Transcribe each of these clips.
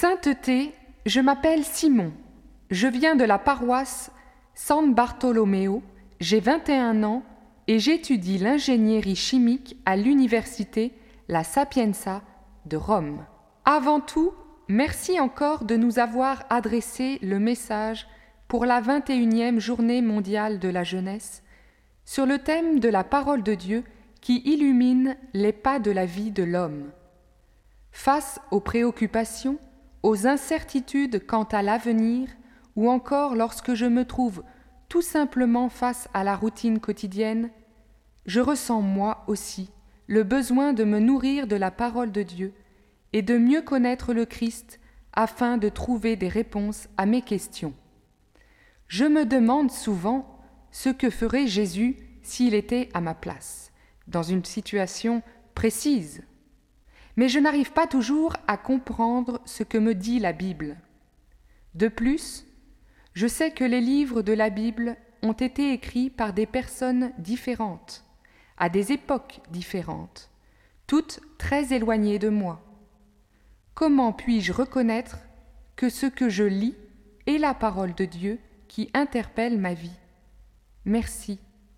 Sainteté, je m'appelle Simon. Je viens de la paroisse San Bartolomeo, j'ai 21 ans et j'étudie l'ingénierie chimique à l'université La Sapienza de Rome. Avant tout, merci encore de nous avoir adressé le message pour la 21e journée mondiale de la jeunesse sur le thème de la parole de Dieu qui illumine les pas de la vie de l'homme. Face aux préoccupations, aux incertitudes quant à l'avenir, ou encore lorsque je me trouve tout simplement face à la routine quotidienne, je ressens moi aussi le besoin de me nourrir de la parole de Dieu et de mieux connaître le Christ afin de trouver des réponses à mes questions. Je me demande souvent ce que ferait Jésus s'il était à ma place, dans une situation précise. Mais je n'arrive pas toujours à comprendre ce que me dit la Bible. De plus, je sais que les livres de la Bible ont été écrits par des personnes différentes, à des époques différentes, toutes très éloignées de moi. Comment puis-je reconnaître que ce que je lis est la parole de Dieu qui interpelle ma vie? Merci.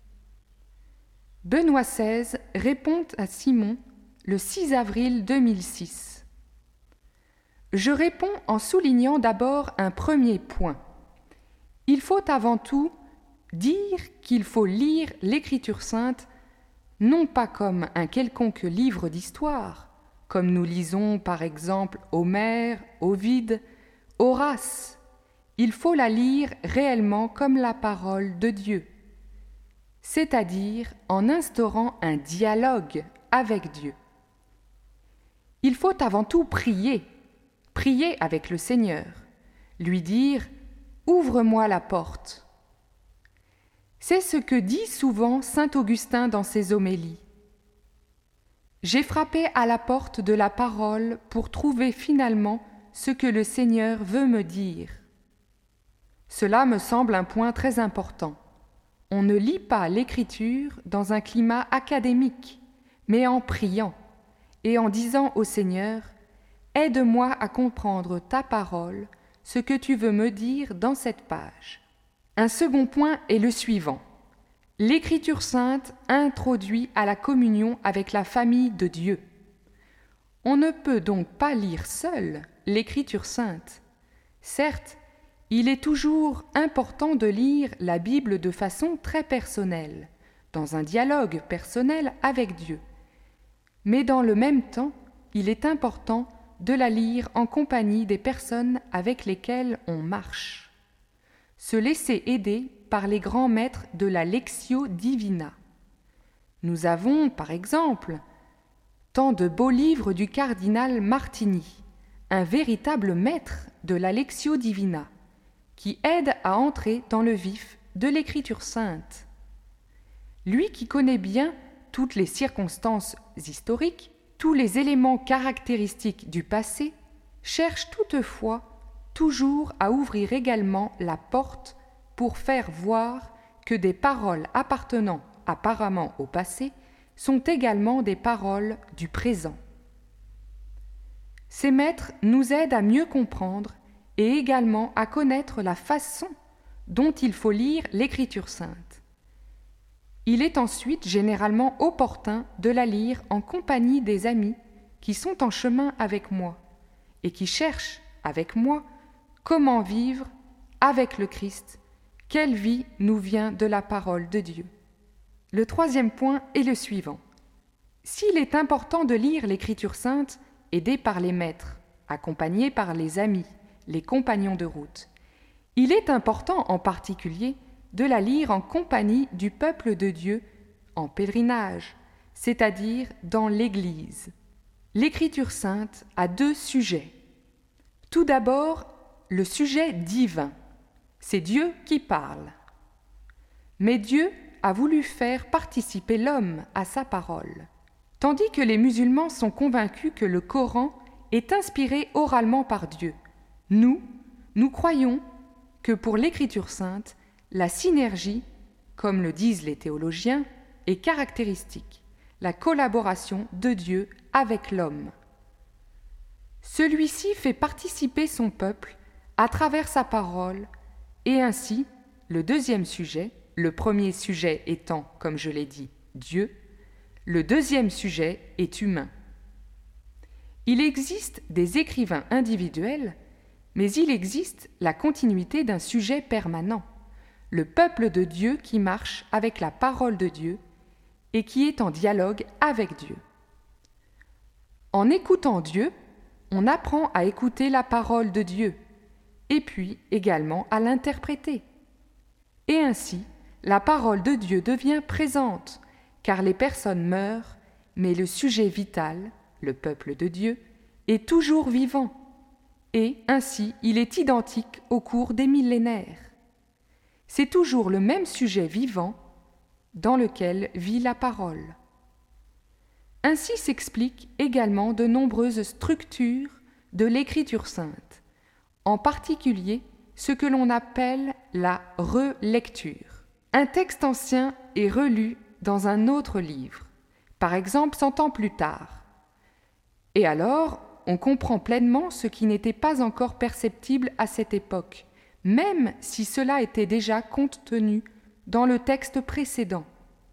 Benoît XVI répond à Simon le 6 avril 2006. Je réponds en soulignant d'abord un premier point. Il faut avant tout dire qu'il faut lire l'Écriture sainte non pas comme un quelconque livre d'histoire, comme nous lisons par exemple Homère, Ovide, Horace. Il faut la lire réellement comme la parole de Dieu, c'est-à-dire en instaurant un dialogue avec Dieu. Il faut avant tout prier avec le Seigneur, lui dire « Ouvre-moi la porte ». C'est ce que dit souvent saint Augustin dans ses homélies. J'ai frappé à la porte de la parole pour trouver finalement ce que le Seigneur veut me dire. Cela me semble un point très important. On ne lit pas l'Écriture dans un climat académique, mais en priant et en disant au Seigneur « Aide-moi à comprendre ta parole, ce que tu veux me dire dans cette page ». Un second point est le suivant. L'Écriture sainte introduit à la communion avec la famille de Dieu. On ne peut donc pas lire seul l'Écriture sainte. Certes, il est toujours important de lire la Bible de façon très personnelle, dans un dialogue personnel avec Dieu. Mais dans le même temps, il est important de la lire en compagnie des personnes avec lesquelles on marche. Se laisser aider par les grands maîtres de la Lectio Divina. Nous avons, par exemple, tant de beaux livres du cardinal Martini, un véritable maître de la Lectio Divina, qui aide à entrer dans le vif de l'Écriture sainte. Lui qui connaît bien toutes les circonstances historiques, tous les éléments caractéristiques du passé, cherche toutefois toujours à ouvrir également la porte pour faire voir que des paroles appartenant apparemment au passé sont également des paroles du présent. Ces maîtres nous aident à mieux comprendre et également à connaître la façon dont il faut lire l'Écriture sainte. Il est ensuite généralement opportun de la lire en compagnie des amis qui sont en chemin avec moi et qui cherchent avec moi comment vivre avec le Christ, quelle vie nous vient de la parole de Dieu. Le troisième point est le suivant. S'il est important de lire l'Écriture sainte, aidé par les maîtres, accompagné par les amis, les compagnons de route, il est important en particulier de la lire en compagnie du peuple de Dieu en pèlerinage, c'est-à-dire dans l'Église. L'Écriture sainte a deux sujets. Tout d'abord, le sujet divin. C'est Dieu qui parle. Mais Dieu a voulu faire participer l'homme à sa parole. Tandis que les musulmans sont convaincus que le Coran est inspiré oralement par Dieu, nous croyons que pour l'Écriture sainte, la synergie, comme le disent les théologiens, est caractéristique, la collaboration de Dieu avec l'homme. Celui-ci fait participer son peuple à travers sa parole, et ainsi, le deuxième sujet, le premier sujet étant, comme je l'ai dit, Dieu, le deuxième sujet est humain. Il existe des écrivains individuels, mais il existe la continuité d'un sujet permanent, le peuple de Dieu qui marche avec la parole de Dieu et qui est en dialogue avec Dieu. En écoutant Dieu, on apprend à écouter la parole de Dieu, et puis également à l'interpréter. Et ainsi, la parole de Dieu devient présente, car les personnes meurent, mais le sujet vital, le peuple de Dieu, est toujours vivant, et ainsi il est identique au cours des millénaires. C'est toujours le même sujet vivant dans lequel vit la parole. Ainsi s'expliquent également de nombreuses structures de l'Écriture sainte, en particulier ce que l'on appelle la relecture. Un texte ancien est relu dans un autre livre, par exemple 100 ans plus tard. Et alors, on comprend pleinement ce qui n'était pas encore perceptible à cette époque, même si cela était déjà contenu dans le texte précédent.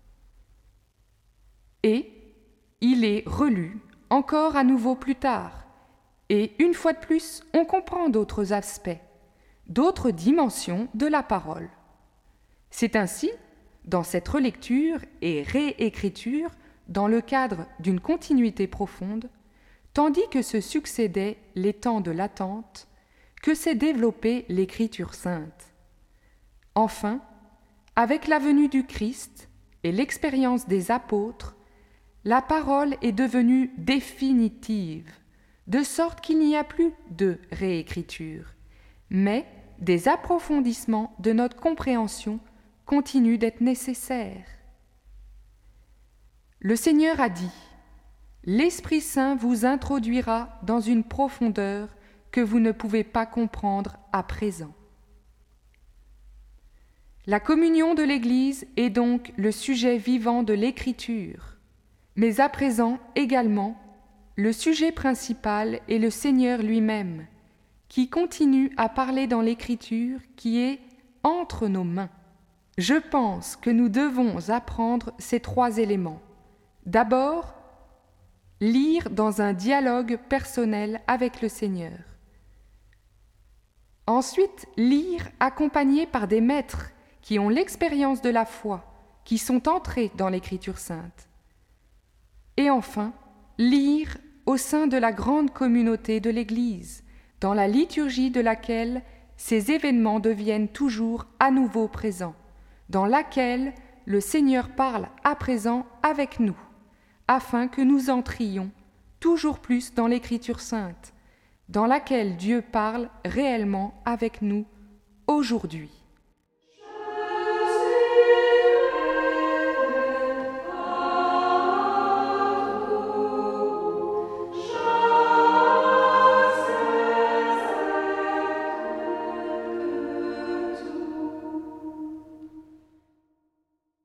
Et il est relu encore à nouveau plus tard, et une fois de plus, on comprend d'autres aspects, d'autres dimensions de la parole. C'est ainsi, dans cette relecture et réécriture, dans le cadre d'une continuité profonde, tandis que se succédaient les temps de l'attente, que s'est développée l'Écriture sainte. Enfin, avec la venue du Christ et l'expérience des apôtres, la parole est devenue définitive, de sorte qu'il n'y a plus de réécriture, mais des approfondissements de notre compréhension continuent d'être nécessaires. Le Seigneur a dit « L'Esprit Saint vous introduira dans une profondeur que vous ne pouvez pas comprendre à présent. » La communion de l'Église est donc le sujet vivant de l'Écriture, mais à présent également, le sujet principal est le Seigneur lui-même, qui continue à parler dans l'Écriture qui est entre nos mains. Je pense que nous devons apprendre ces 3 éléments. D'abord, lire dans un dialogue personnel avec le Seigneur. Ensuite, lire accompagné par des maîtres qui ont l'expérience de la foi, qui sont entrés dans l'Écriture sainte. Et enfin, lire au sein de la grande communauté de l'Église, dans la liturgie de laquelle ces événements deviennent toujours à nouveau présents, dans laquelle le Seigneur parle à présent avec nous, afin que nous entrions toujours plus dans l'Écriture sainte, dans laquelle Dieu parle réellement avec nous aujourd'hui.